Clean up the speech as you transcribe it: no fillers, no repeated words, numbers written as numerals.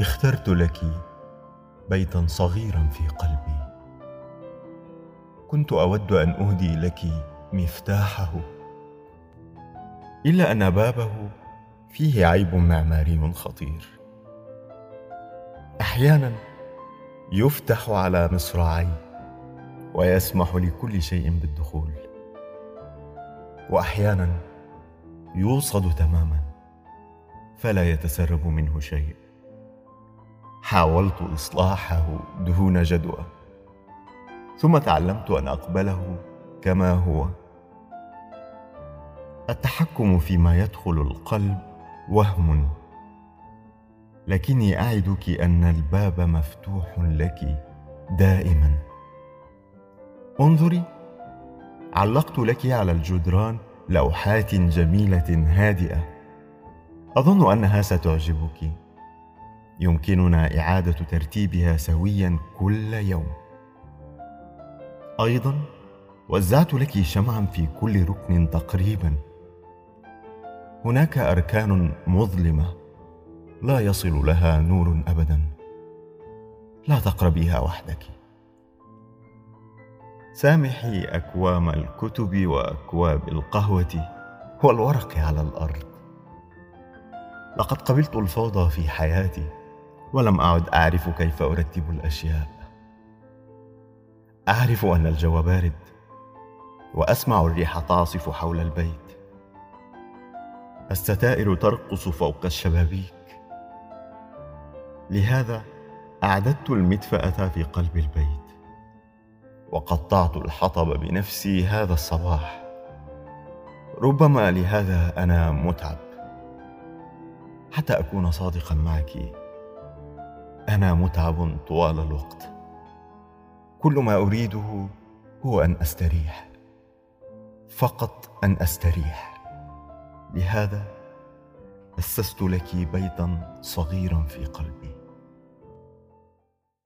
اخترت لك بيتا صغيرا في قلبي، كنت أود أن أهدي لك مفتاحه، إلا أن بابه فيه عيب معماري خطير. أحيانا يفتح على مصراعي ويسمح لكل شيء بالدخول، وأحيانا يوصد تماما فلا يتسرب منه شيء. حاولت إصلاحه دون جدوى، ثم تعلمت أن أقبله كما هو. التحكم فيما يدخل القلب وهم، لكني أعدك أن الباب مفتوح لك دائما. انظري، علقت لك على الجدران لوحات جميلة هادئة، أظن أنها ستعجبك. يمكننا إعادة ترتيبها سويا كل يوم. أيضا وزعت لك شمعا في كل ركن تقريبا. هناك أركان مظلمة لا يصل لها نور أبدا، لا تقربيها وحدك. سامحي أكوام الكتب وأكواب القهوة والورق على الأرض. لقد قبلت الفوضى في حياتي ولم أعد أعرف كيف أرتب الأشياء. أعرف أن الجو بارد وأسمع الريح تعصف حول البيت. الستائر ترقص فوق الشبابيك. لهذا أعددت المدفأة في قلب البيت وقطعت الحطب بنفسي هذا الصباح. ربما لهذا أنا متعب. حتى أكون صادقا معك، أنا متعب طوال الوقت. كل ما أريده هو أن أستريح، فقط أن أستريح. لهذا أسست لك بيتا صغيرا في قلبي.